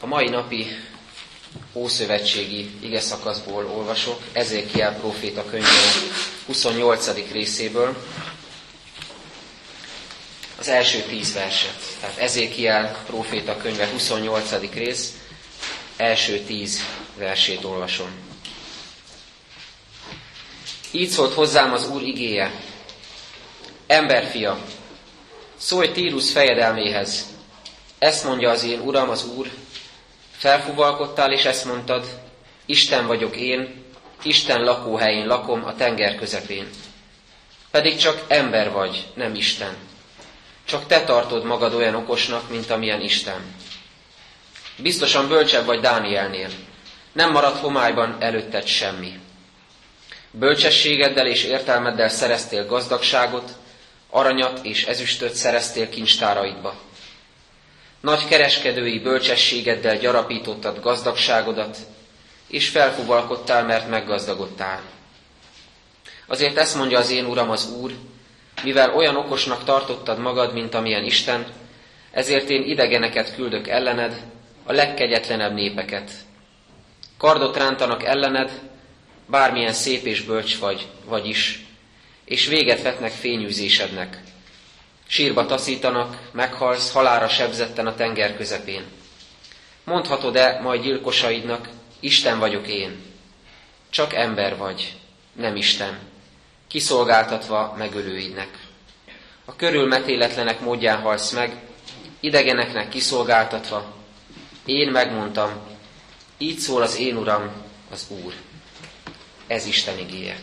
mai napi ószövetségi igeszakaszból olvasok, Ezékiel próféta könyvének 28. részéből, az első 10 verset. Tehát Ezékiel próféta könyve 28. rész, első 10 versét olvasom. Így szólt hozzám az Úr igéje: Emberfia, szólj Tírus fejedelméhez. Ezt mondja az én Uram, az Úr: felfúvalkodtál, és ezt mondtad: Isten vagyok én, Isten lakóhelyén lakom a tenger közepén. Pedig csak ember vagy, nem Isten. Csak te tartod magad olyan okosnak, mint amilyen Isten. Biztosan bölcsebb vagy Dánielnél. Nem maradt homályban előtted semmi. Bölcsességeddel és értelmeddel szereztél gazdagságot, aranyat és ezüstöt szereztél kincstáraidba. Nagy kereskedői bölcsességeddel gyarapítottad gazdagságodat, és felfúvalkodtál, mert meggazdagodtál. Azért ezt mondja az én Uram, az Úr: mivel olyan okosnak tartottad magad, mint amilyen Isten, ezért én idegeneket küldök ellened, a legkegyetlenebb népeket. Kardot rántanak ellened, bármilyen szép és bölcs vagyis, és véget vetnek fényűzésednek. Sírba taszítanak, meghalsz halálra sebzetten a tenger közepén. Mondhatod-e majd gyilkosaidnak: Isten vagyok én? Csak ember vagy, nem Isten, kiszolgáltatva megölőidnek. A körülmetéletlenek módján halsz meg, idegeneknek kiszolgáltatva. Én megmondtam, így szól az én Uram, az Úr. Ez Isten igéje.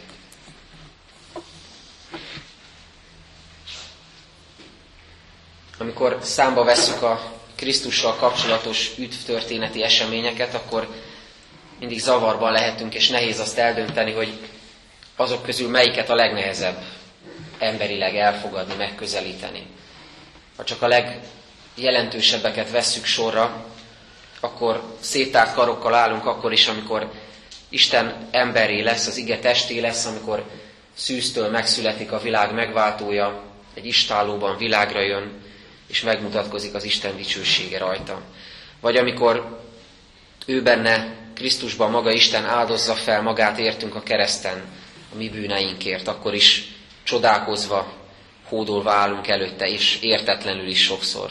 Amikor számba vesszük a Krisztussal kapcsolatos üdvtörténeti eseményeket, akkor mindig zavarban lehetünk, és nehéz azt eldönteni, hogy azok közül melyiket a legnehezebb emberileg elfogadni, megközelíteni. Ha csak a legjelentősebbeket vesszük sorra, akkor széttárt karokkal állunk akkor is, amikor Isten emberré lesz, az ige testé lesz, amikor szűztől megszületik a világ megváltója, egy istállóban világra jön, és megmutatkozik az Isten dicsősége rajta. Vagy amikor ő benne, Krisztusban maga Isten áldozza fel magát értünk a kereszten, a mi bűneinkért, akkor is csodálkozva, hódolva állunk előtte, és értetlenül is sokszor.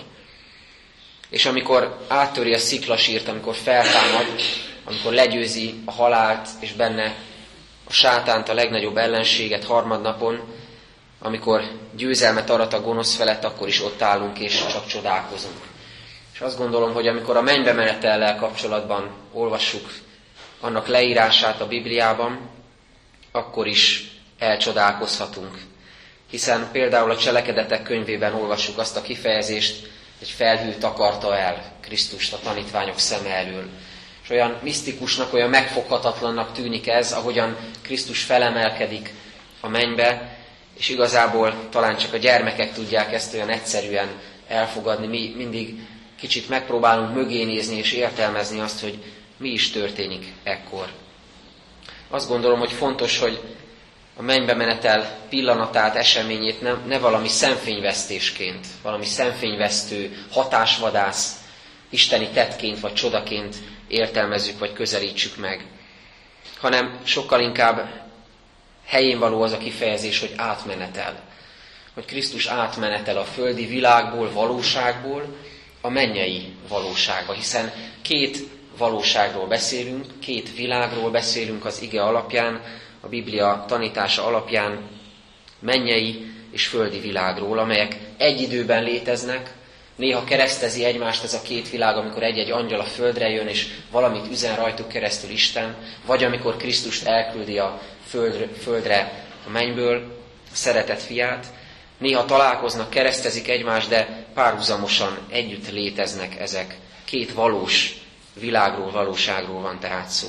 És amikor áttöri a sziklasírt, amikor feltámad, amikor legyőzi a halált, és benne a sátánt, a legnagyobb ellenséget harmadnapon, amikor győzelmet arat a gonosz felett, akkor is ott állunk, és csak csodálkozunk. És azt gondolom, hogy amikor a mennybe menetellel kapcsolatban olvassuk annak leírását a Bibliában, akkor is elcsodálkozhatunk. Hiszen például a Cselekedetek könyvében olvassuk azt a kifejezést, egy felhő takarta el Krisztust a tanítványok szeme elől. És olyan misztikusnak, olyan megfoghatatlannak tűnik ez, ahogyan Krisztus felemelkedik a mennybe, és igazából talán csak a gyermekek tudják ezt olyan egyszerűen elfogadni. Mi mindig kicsit megpróbálunk mögé nézni és értelmezni azt, hogy mi is történik ekkor. Azt gondolom, hogy fontos, hogy a mennybe menetel pillanatát, eseményét ne valami szemfényvesztésként, valami szemfényvesztő, hatásvadász, isteni tettként vagy csodaként értelmezzük vagy közelítsük meg, hanem sokkal inkább helyén való az a kifejezés, hogy átmenetel. Hogy Krisztus átmenetel a földi világból, valóságból a mennyei valóságba, hiszen két valóságról beszélünk, két világról beszélünk az ige alapján, a Biblia tanítása alapján, mennyei és földi világról, amelyek egy időben léteznek. Néha keresztezi egymást ez a két világ, amikor egy-egy angyal a földre jön, és valamit üzen rajtuk keresztül Isten, vagy amikor Krisztust elküldi a földre a mennyből, a szeretett fiát. Néha találkoznak, keresztezik egymást, de párhuzamosan együtt léteznek ezek. Két valós világról, valóságról van tehát szó.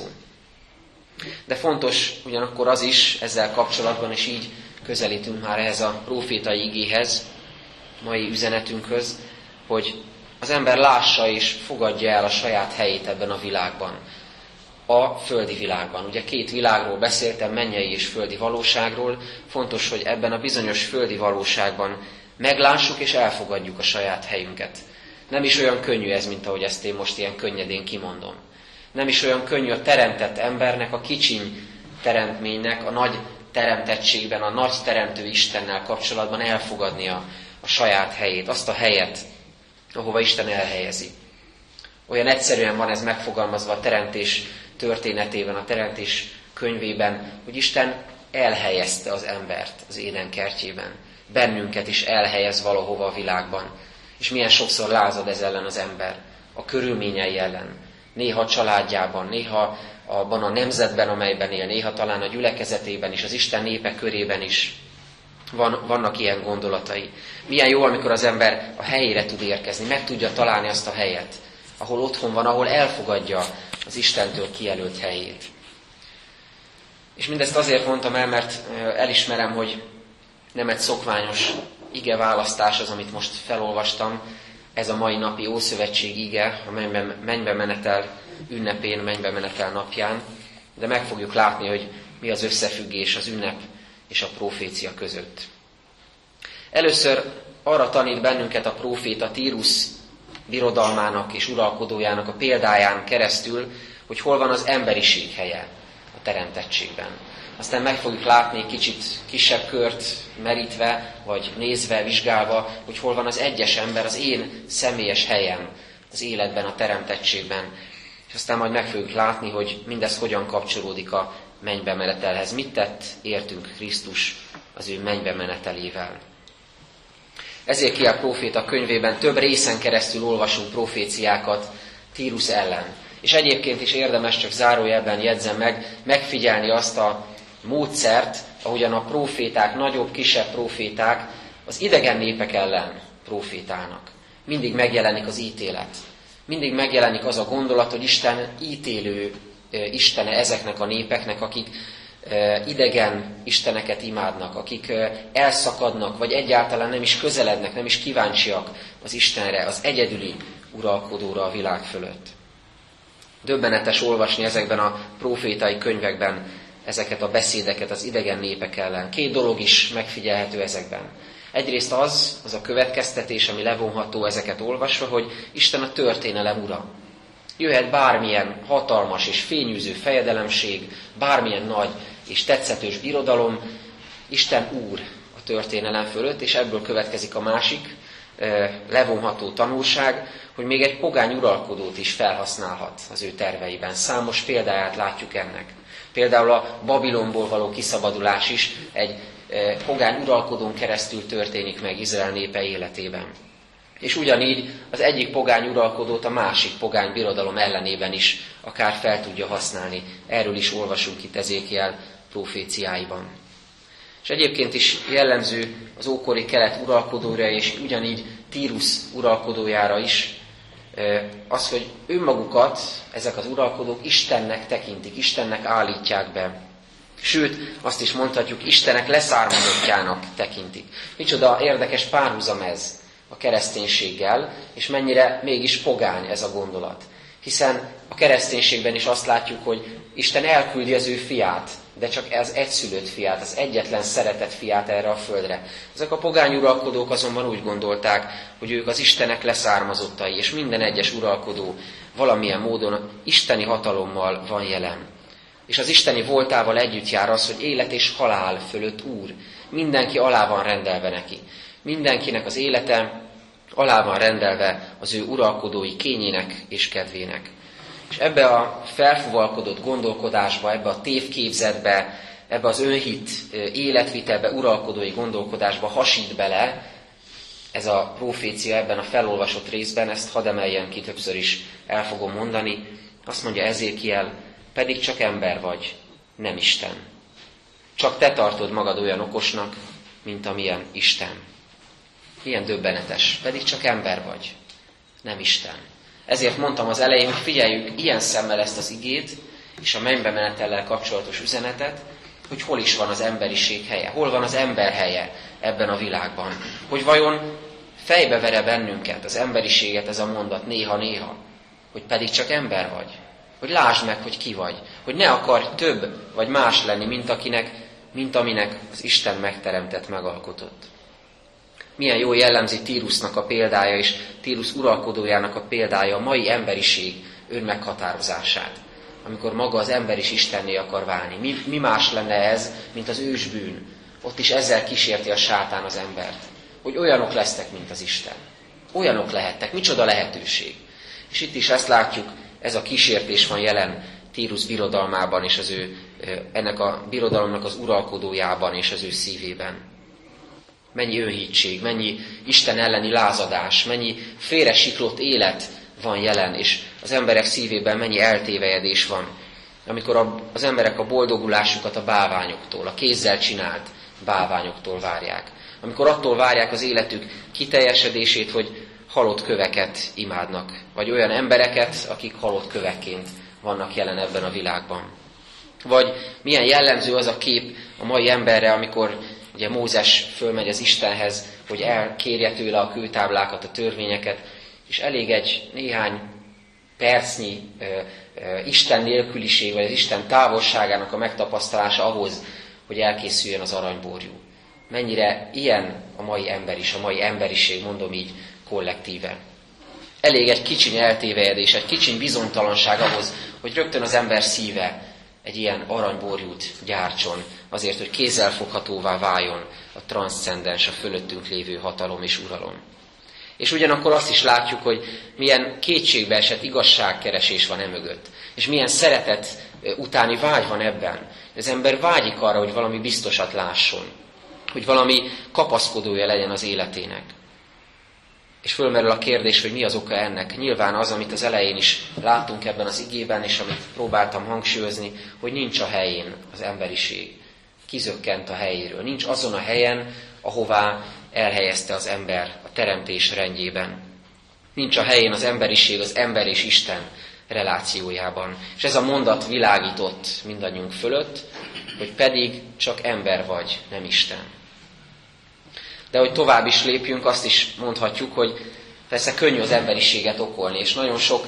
De fontos ugyanakkor az is ezzel kapcsolatban, és így közelítünk már ehhez a prófétai igéhez, mai üzenetünkhöz, hogy az ember lássa és fogadja el a saját helyét ebben a világban, a földi világban. Ugye két világról beszéltem, mennyei és földi valóságról. Fontos, hogy ebben a bizonyos földi valóságban meglássuk és elfogadjuk a saját helyünket. Nem is olyan könnyű ez, mint ahogy ezt én most ilyen könnyedén kimondom. Nem is olyan könnyű a teremtett embernek, a kicsiny teremtménynek, a nagy teremtettségben, a nagy teremtő Istennel kapcsolatban elfogadnia a saját helyét, azt a helyet, ahova Isten elhelyezi. Olyan egyszerűen van ez megfogalmazva a teremtés történetében, a teremtés könyvében, hogy Isten elhelyezte az embert az Éden kertjében. Bennünket is elhelyez valahova a világban. És milyen sokszor lázad ez ellen az ember, a körülményei ellen. Néha a családjában, néha abban a nemzetben, amelyben él, néha talán a gyülekezetében is, az Isten népe körében is vannak ilyen gondolatai. Milyen jó, amikor az ember a helyére tud érkezni, meg tudja találni azt a helyet, ahol otthon van, ahol elfogadja az Istentől kijelölt helyét. És mindezt azért mondtam el, mert elismerem, hogy nem egy szokványos igeválasztás az, amit most felolvastam, ez a mai napi Ószövetség ige, a mennybe menetel ünnepén, mennybe menetel napján, de meg fogjuk látni, hogy mi az összefüggés az ünnep és a profécia között. Először arra tanít bennünket a próféta Tírus birodalmának és uralkodójának a példáján keresztül, hogy hol van az emberiség helye a teremtettségben. Aztán meg fogjuk látni kicsit kisebb kört merítve, vagy nézve, vizsgálva, hogy hol van az egyes ember, az én személyes helyem az életben, a teremtettségben. És aztán majd meg fogjuk látni, hogy mindez hogyan kapcsolódik a mennybe menetelhez. Mit tett értünk Krisztus az ő mennybe menetelével. Ezékiel próféta könyvében több részen keresztül olvasunk proféciákat Tírus ellen. És egyébként is érdemes, csak zárójelben jegyzem megfigyelni azt a módszert, ahogyan a próféták, nagyobb, kisebb próféták az idegen népek ellen prófétálnak. Mindig megjelenik az ítélet. Mindig megjelenik az a gondolat, hogy Isten ítélő istene ezeknek a népeknek, akik idegen isteneket imádnak, akik elszakadnak, vagy egyáltalán nem is közelednek, nem is kíváncsiak az Istenre, az egyedüli uralkodóra a világ fölött. Döbbenetes olvasni ezekben a prófétai könyvekben ezeket a beszédeket az idegen népek ellen. Két dolog is megfigyelhető ezekben. Egyrészt az a következtetés, ami levonható ezeket olvasva, hogy Isten a történelem ura. Jöhet bármilyen hatalmas és fényűző fejedelemség, bármilyen nagy és tetszetős birodalom, Isten úr a történelem fölött, és ebből következik a másik levonható tanulság, hogy még egy pogány uralkodót is felhasználhat az ő terveiben. Számos példáját látjuk ennek. Például a Babilonból való kiszabadulás is egy pogány uralkodón keresztül történik meg Izrael népe életében. És ugyanígy az egyik pogány uralkodót a másik pogány birodalom ellenében is akár fel tudja használni. Erről is olvasunk itt Ezékiel proféciáiban. És egyébként is jellemző az ókori kelet uralkodóra, és ugyanígy Tírus uralkodójára is az, hogy önmagukat ezek az uralkodók Istennek tekintik, Istennek állítják be. Sőt, azt is mondhatjuk, Istenek leszármazottjának tekintik. Micsoda érdekes párhuzam ez a kereszténységgel, és mennyire mégis pogány ez a gondolat. Hiszen a kereszténységben is azt látjuk, hogy Isten elküldi az ő fiát, de csak az egyszülött fiát, az egyetlen szeretett fiát erre a földre. Ezek a pogány uralkodók azonban úgy gondolták, hogy ők az Istenek leszármazottai, és minden egyes uralkodó valamilyen módon isteni hatalommal van jelen. És az isteni voltával együtt jár az, hogy élet és halál fölött úr. Mindenki alá van rendelve neki. Mindenkinek az élete alá van rendelve az ő uralkodói kényének és kedvének. És ebbe a felfúvalkodott gondolkodásba, ebbe a tévképzetbe, ebbe az önhit életvitelbe, uralkodói gondolkodásba hasít bele ez a profécia ebben a felolvasott részben, ezt hadd emeljem ki, többször is el fogom mondani. Azt mondja Ezékiel, pedig csak ember vagy, nem Isten. Csak te tartod magad olyan okosnak, mint amilyen Isten. Milyen döbbenetes, pedig csak ember vagy, nem Isten. Ezért mondtam az elején, hogy figyeljük ilyen szemmel ezt az igét, és a mennybe menetellel kapcsolatos üzenetet, hogy hol is van az emberiség helye, hol van az ember helye ebben a világban. Hogy vajon fejbevere bennünket, az emberiséget ez a mondat néha-néha, hogy pedig csak ember vagy. Hogy lásd meg, hogy ki vagy. Hogy ne akarj több vagy más lenni, mint aminek az Isten megteremtett, megalkotott. Milyen jól jellemzi Tírusnak a példája és Tírus uralkodójának a példája a mai emberiség önmeghatározását, amikor maga az ember is Istenné akar válni. Mi más lenne ez, mint az ősbűn? Ott is ezzel kísérti a sátán az embert, hogy olyanok lesztek, mint az Isten. Olyanok lehettek, micsoda lehetőség. És itt is ezt látjuk, ez a kísértés van jelen Tírus birodalmában és ennek a birodalomnak az uralkodójában és az ő szívében. Mennyi önhittség, mennyi Isten elleni lázadás, mennyi félresiklott élet van jelen, és az emberek szívében mennyi eltévejedés van, amikor az emberek a boldogulásukat a bálványoktól, a kézzel csinált bálványoktól várják. Amikor attól várják az életük kiteljesedését, hogy halott köveket imádnak, vagy olyan embereket, akik halott kövekként vannak jelen ebben a világban. Vagy milyen jellemző az a kép a mai emberre, amikor ugye Mózes fölmegy az Istenhez, hogy elkérje tőle a kőtáblákat, a törvényeket, és elég egy néhány percnyi Isten nélküliség, vagy az Isten távolságának a megtapasztalása ahhoz, hogy elkészüljön az aranyborjú. Mennyire ilyen a mai ember is, a mai emberiség, mondom így, kollektíve. Elég egy kicsiny eltévejedés, egy kicsiny bizonytalanság ahhoz, hogy rögtön az ember szíve egy ilyen aranyborjút gyártson, azért, hogy kézzelfoghatóvá váljon a transzcendens, a fölöttünk lévő hatalom és uralom. És ugyanakkor azt is látjuk, hogy milyen kétségbeesett igazságkeresés van emögött, és milyen szeretet utáni vágy van ebben. Az ember vágyik arra, hogy valami biztosat lásson, hogy valami kapaszkodója legyen az életének. És fölmerül a kérdés, hogy mi az oka ennek. Nyilván az, amit az elején is láttunk ebben az igében, és amit próbáltam hangsúlyozni, hogy nincs a helyén az emberiség. Kizökkent a helyéről. Nincs azon a helyen, ahová elhelyezte az ember a teremtés rendjében. Nincs a helyén az emberiség, az ember és Isten relációjában. És ez a mondat világított mindannyiunk fölött, hogy pedig csak ember vagy, nem Isten. De hogy tovább is lépjünk, azt is mondhatjuk, hogy persze könnyű az emberiséget okolni, és nagyon sok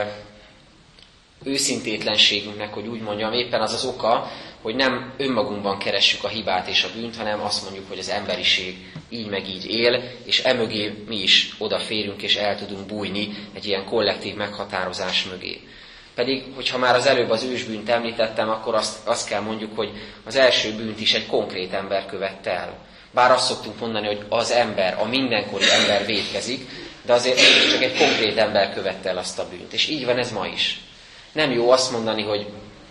őszintétlenségünknek, hogy úgy mondjam, éppen az az oka, hogy nem önmagunkban keressük a hibát és a bűnt, hanem azt mondjuk, hogy az emberiség így meg így él, és emögé mi is odaférünk, és el tudunk bújni egy ilyen kollektív meghatározás mögé. Pedig, hogyha már az előbb az ősbűnt említettem, akkor azt kell mondjuk, hogy az első bűnt is egy konkrét ember követte el. Bár azt szoktunk mondani, hogy az ember, a mindenkori ember vétkezik, de azért csak egy konkrét ember követte el azt a bűnt. És így van ez ma is. Nem jó azt mondani, hogy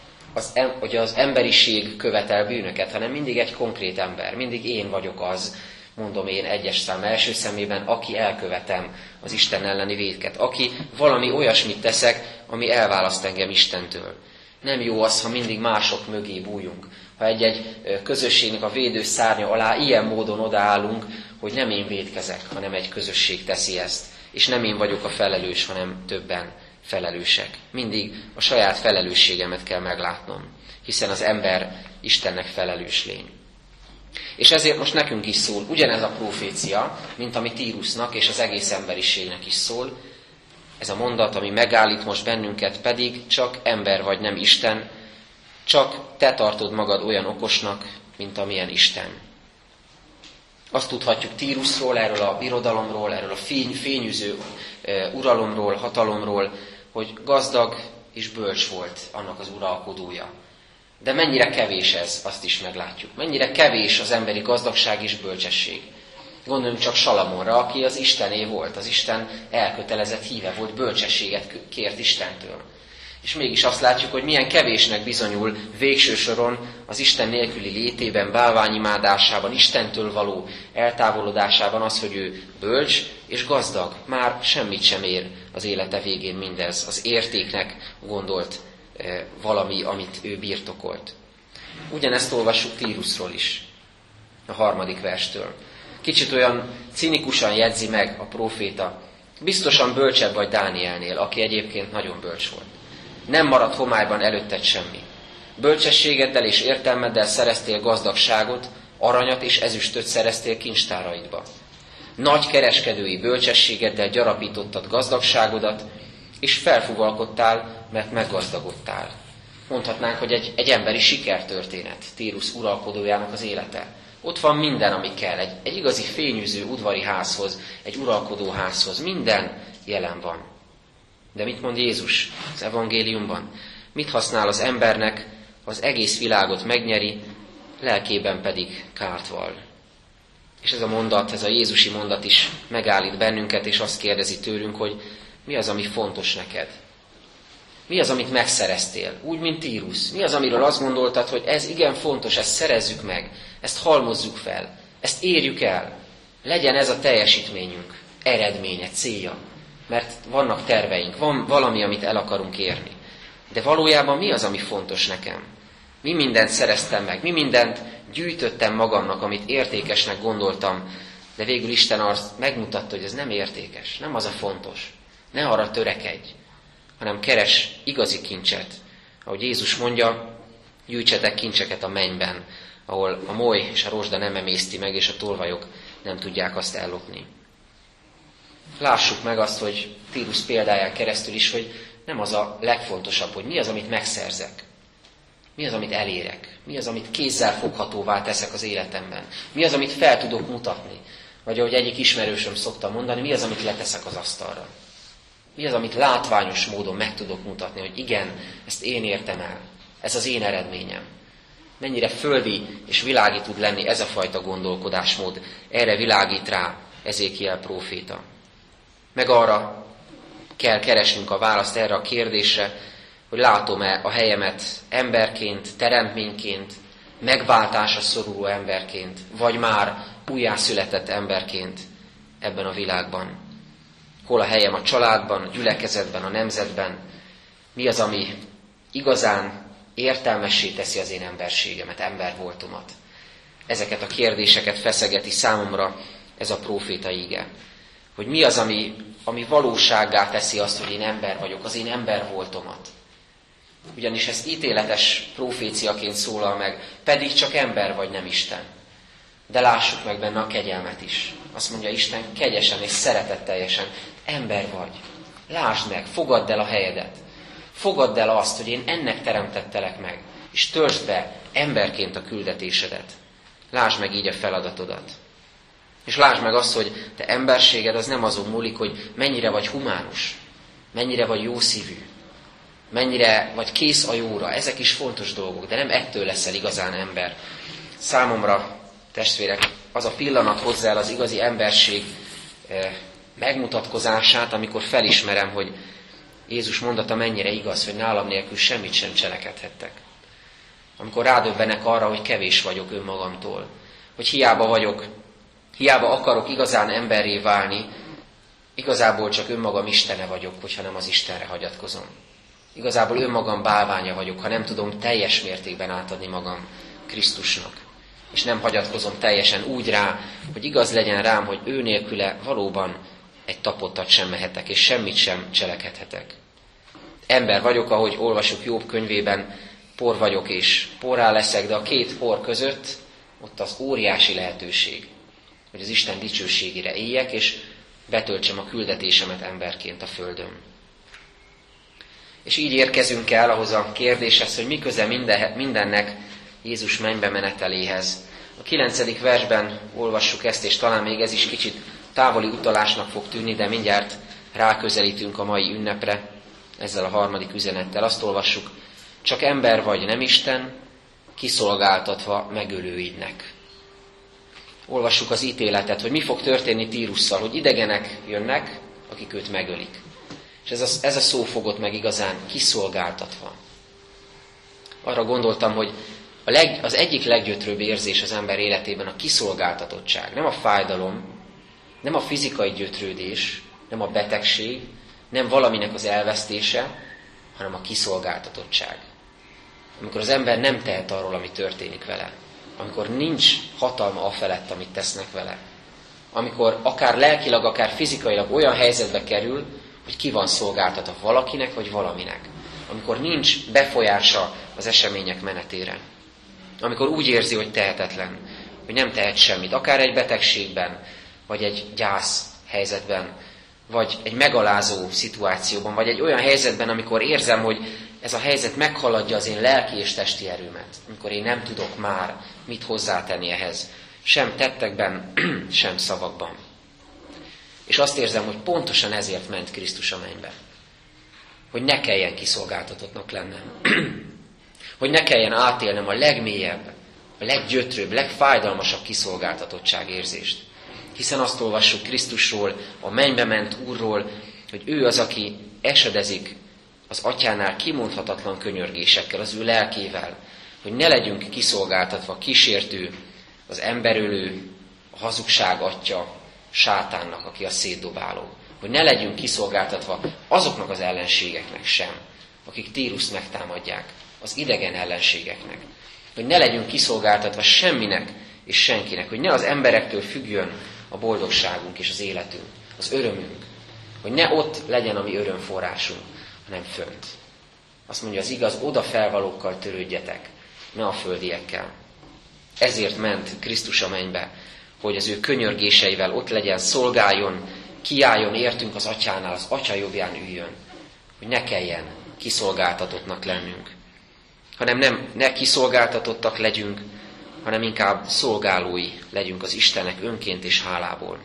az emberiség követel bűnöket, hanem mindig egy konkrét ember. Mindig én vagyok az, mondom én egyes szám első szemében, aki elkövetem az Isten elleni vétket. Aki valami olyasmit teszek, ami elválaszt engem Istentől. Nem jó az, ha mindig mások mögé bújunk. Ha egy-egy közösségnek a védős szárnya alá ilyen módon odaállunk, hogy nem én vétkezek, hanem egy közösség teszi ezt. És nem én vagyok a felelős, hanem többen felelősek. Mindig a saját felelősségemet kell meglátnom, hiszen az ember Istennek felelős lény. És ezért most nekünk is szól ugyanez a profécia, mint ami Tírusnak és az egész emberiségnek is szól. Ez a mondat, ami megállít most bennünket, pedig csak ember vagy, nem Isten, csak te tartod magad olyan okosnak, mint amilyen Isten. Azt tudhatjuk Tírusról, erről a birodalomról, erről a fényűző uralomról, hatalomról, hogy gazdag és bölcs volt annak az uralkodója. De mennyire kevés ez, azt is meglátjuk. Mennyire kevés az emberi gazdagság és bölcsesség. Gondoljunk csak Salamonra, aki az Istené volt, az Isten elkötelezett híve volt, bölcsességet kért Istentől. És mégis azt látjuk, hogy milyen kevésnek bizonyul végső soron az Isten nélküli létében, bálványimádásában, Istentől való eltávolodásában az, hogy ő bölcs és gazdag. Már semmit sem ér az élete végén mindez, az értéknek gondolt valami, amit ő birtokolt. Ugyanezt olvassuk Tírusról is, a 3. verstől. Kicsit olyan cinikusan jegyzi meg a próféta. Biztosan bölcsebb vagy Dánielnél, aki egyébként nagyon bölcs volt. Nem maradt homályban előtted semmi. Bölcsességeddel és értelmeddel szereztél gazdagságot, aranyat és ezüstöt szereztél kincstáraidba. Nagy kereskedői bölcsességeddel gyarapítottad gazdagságodat, és felfúvalkodtál, mert meggazdagodtál. Mondhatnánk, hogy egy emberi sikertörténet, Tírus uralkodójának az élete. Ott van minden, ami kell. Egy igazi fényűző udvari házhoz, egy uralkodó házhoz. Minden jelen van. De mit mond Jézus az evangéliumban? Mit használ az embernek, az egész világot megnyeri, lelkében pedig kárt val? És ez a mondat, ez a jézusi mondat is megállít bennünket, és azt kérdezi tőlünk, hogy mi az, ami fontos neked? Mi az, amit megszereztél? Úgy, mint Tírus. Mi az, amiről azt gondoltad, hogy ez igen fontos, ezt szerezzük meg, ezt halmozzuk fel, ezt érjük el. Legyen ez a teljesítményünk, eredménye, célja. Mert vannak terveink, van valami, amit el akarunk érni. De valójában mi az, ami fontos nekem? Mi mindent szereztem meg, mi mindent gyűjtöttem magamnak, amit értékesnek gondoltam, de végül Isten azt megmutatta, hogy ez nem értékes, nem az a fontos. Ne arra törekedj, hanem keres igazi kincset. Ahogy Jézus mondja, gyűjtsetek kincseket a mennyben, ahol a moly és a rozsda nem emészti meg, és a tolvajok nem tudják azt ellopni. Lássuk meg azt, hogy Tírus példáján keresztül is, hogy nem az a legfontosabb, hogy mi az, amit megszerzek. Mi az, amit elérek? Mi az, amit kézzel foghatóvá teszek az életemben? Mi az, amit fel tudok mutatni? Vagy ahogy egyik ismerősöm szokta mondani, mi az, amit leteszek az asztalra? Mi az, amit látványos módon meg tudok mutatni, hogy igen, ezt én értem el. Ez az én eredményem. Mennyire földi és világi tud lenni ez a fajta gondolkodásmód. Erre világít rá Ezékiel próféta. Meg arra kell keresnünk a választ erre a kérdésre, hogy látom-e a helyemet emberként, teremtményként, megváltásra szoruló emberként, vagy már újjászületett emberként ebben a világban. Hol a helyem a családban, a gyülekezetben, a nemzetben? Mi az, ami igazán értelmessé teszi az én emberségemet, embervoltomat? Ezeket a kérdéseket feszegeti számomra ez a próféta íge. Hogy mi az, ami valósággá teszi azt, hogy én ember vagyok, az én embervoltomat. Ugyanis ez ítéletes proféciaként szólal meg, pedig csak ember vagy, nem Isten. De lássuk meg benne a kegyelmet is. Azt mondja Isten kegyesen és szeretetteljesen, ember vagy. Lásd meg, fogadd el a helyedet. Fogadd el azt, hogy én ennek teremtettelek meg, és töltsd be emberként a küldetésedet. Lásd meg így a feladatodat. És lásd meg azt, hogy te emberséged az nem azon múlik, hogy mennyire vagy humánus, mennyire vagy jószívű, mennyire vagy kész a jóra. Ezek is fontos dolgok, de nem ettől leszel igazán ember. Számomra, testvérek, az a pillanat hozzá el az igazi emberség megmutatkozását, amikor felismerem, hogy Jézus mondata mennyire igaz, hogy nálam nélkül semmit sem cselekedhettek. Amikor rádöbbenek arra, hogy kevés vagyok önmagamtól, hogy hiába akarok igazán emberré válni, igazából csak önmagam istene vagyok, hogyha nem az Istenre hagyatkozom. Igazából önmagam bálványa vagyok, ha nem tudom teljes mértékben átadni magam Krisztusnak. És nem hagyatkozom teljesen úgy rá, hogy igaz legyen rám, hogy ő nélküle valóban egy tapottat sem mehetek, és semmit sem cselekedhetek. Ember vagyok, ahogy olvasjuk Jobb könyvében, por vagyok és porrá leszek, de a két por között ott az óriási lehetőség, hogy az Isten dicsőségére éljek, és betöltsem a küldetésemet emberként a földön. És így érkezünk el ahhoz a kérdéshez, hogy mi köze mindennek Jézus mennybe meneteléhez. A 9. versben olvassuk ezt, és talán még ez is kicsit távoli utalásnak fog tűnni, de mindjárt ráközelítünk a mai ünnepre ezzel a harmadik üzenettel. Azt olvassuk, csak ember vagy, nem Isten, kiszolgáltatva megölőidnek. Olvassuk az ítéletet, hogy mi fog történni Tírusszal, hogy idegenek jönnek, akik őt megölik. És ez a szó fogott meg igazán, kiszolgáltatva. Arra gondoltam, hogy az egyik leggyötrőbb érzés az ember életében a kiszolgáltatottság. Nem a fájdalom, nem a fizikai gyötrődés, nem a betegség, nem valaminek az elvesztése, hanem a kiszolgáltatottság. Amikor az ember nem tehet arról, ami történik vele. Amikor nincs hatalma afelett, amit tesznek vele. Amikor akár lelkileg, akár fizikailag olyan helyzetbe kerül, hogy ki van szolgáltatva valakinek, vagy valaminek. Amikor nincs befolyása az események menetére. Amikor úgy érzi, hogy tehetetlen, hogy nem tehet semmit, akár egy betegségben, vagy egy gyász helyzetben, vagy egy megalázó szituációban, vagy egy olyan helyzetben, amikor érzem, hogy ez a helyzet meghaladja az én lelki és testi erőmet, amikor én nem tudok már mit hozzátenni ehhez. sem tettekben, sem szavakban. És azt érzem, hogy pontosan ezért ment Krisztus a mennybe. Hogy ne kelljen kiszolgáltatottnak lennem. Hogy ne kelljen átélnem a legmélyebb, a leggyötrőbb, legfájdalmasabb kiszolgáltatottság érzést. Hiszen azt olvassuk Krisztusról, a mennybe ment Úrról, hogy ő az, aki esedezik az atyánál kimondhatatlan könyörgésekkel, az ő lelkével, hogy ne legyünk kiszolgáltatva kísértő, az emberölő, a hazugság atya, sátánnak, aki a szétdobáló. Hogy ne legyünk kiszolgáltatva azoknak az ellenségeknek sem, akik Tíruszt megtámadják, az idegen ellenségeknek. Hogy ne legyünk kiszolgáltatva semminek és senkinek, hogy ne az emberektől függjön a boldogságunk és az életünk, az örömünk. Hogy ne ott legyen a mi örömforrásunk, hanem fönt. Azt mondja az igaz, oda felvalókkal törődjetek, ne a földiekkel. Ezért ment Krisztus a mennybe, hogy az ő könyörgéseivel ott legyen, szolgáljon, kiálljon értünk az atyánál, az atya jobbján üljön. Hogy ne kelljen kiszolgáltatottnak lennünk. Hanem ne kiszolgáltatottak legyünk, hanem inkább szolgálói legyünk az Istennek önként és hálából.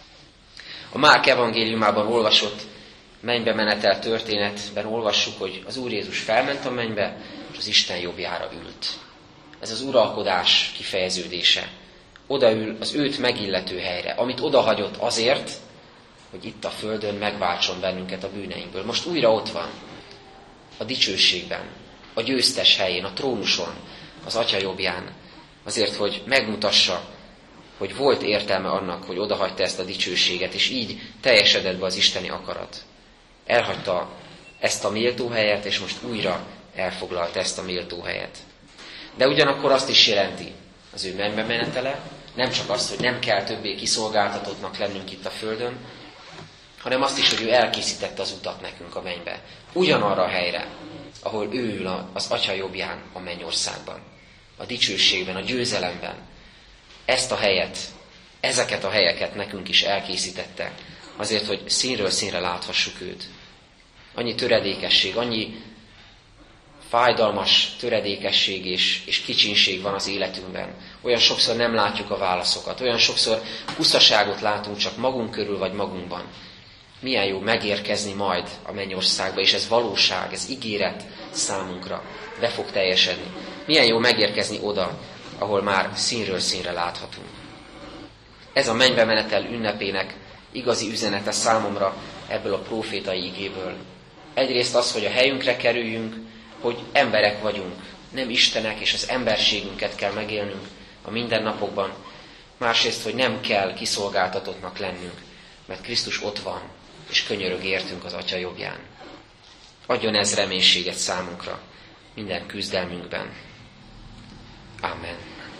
A Márk evangéliumában olvasott mennybe menetel történetben olvassuk, hogy az Úr Jézus felment a mennybe, és az Isten jobbjára ült. Ez az uralkodás kifejeződése. Odaül az őt megillető helyre, amit odahagyott azért, hogy itt a földön megváltson bennünket a bűneinkből. Most újra ott van, a dicsőségben, a győztes helyén, a trónuson, az Atya jobbján, azért, hogy megmutassa, hogy volt értelme annak, hogy odahagyta ezt a dicsőséget, és így teljesedett be az isteni akarat. Elhagyta ezt a méltó helyet, és most újra elfoglalta ezt a méltó helyet. De ugyanakkor azt is jelenti az ő mennybe menetele, nem csak azt, hogy nem kell többé kiszolgáltatottnak lennünk itt a földön, hanem azt is, hogy ő elkészítette az utat nekünk a mennybe. Ugyanarra a helyre, ahol ő ül az Atya jobbján a mennyországban, a dicsőségben, a győzelemben. Ezt a helyet, ezeket a helyeket nekünk is elkészítette, azért, hogy színről színre láthassuk őt. Annyi töredékesség, annyi fájdalmas töredékesség és kicsinség van az életünkben. Olyan sokszor nem látjuk a válaszokat, olyan sokszor puszaságot látunk csak magunk körül vagy magunkban. Milyen jó megérkezni majd a mennyországba, és ez valóság, ez ígéret számunkra, be fog teljesedni. Milyen jó megérkezni oda, ahol már színről színre láthatunk. Ez a mennybe menetel ünnepének igazi üzenete számomra ebből a prófétai igéből. Egyrészt az, hogy a helyünkre kerüljünk, hogy emberek vagyunk, nem istenek, és az emberségünket kell megélnünk a mindennapokban. Másrészt, hogy nem kell kiszolgáltatottnak lennünk, mert Krisztus ott van, és könyörög értünk az Atya jobbján. Adjon ez reménységet számunkra minden küzdelmünkben. Amen.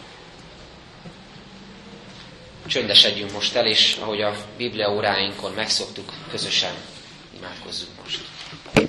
Csöndesedjünk most el, és ahogy a Biblia óráinkon megszoktuk, közösen imádkozzunk most.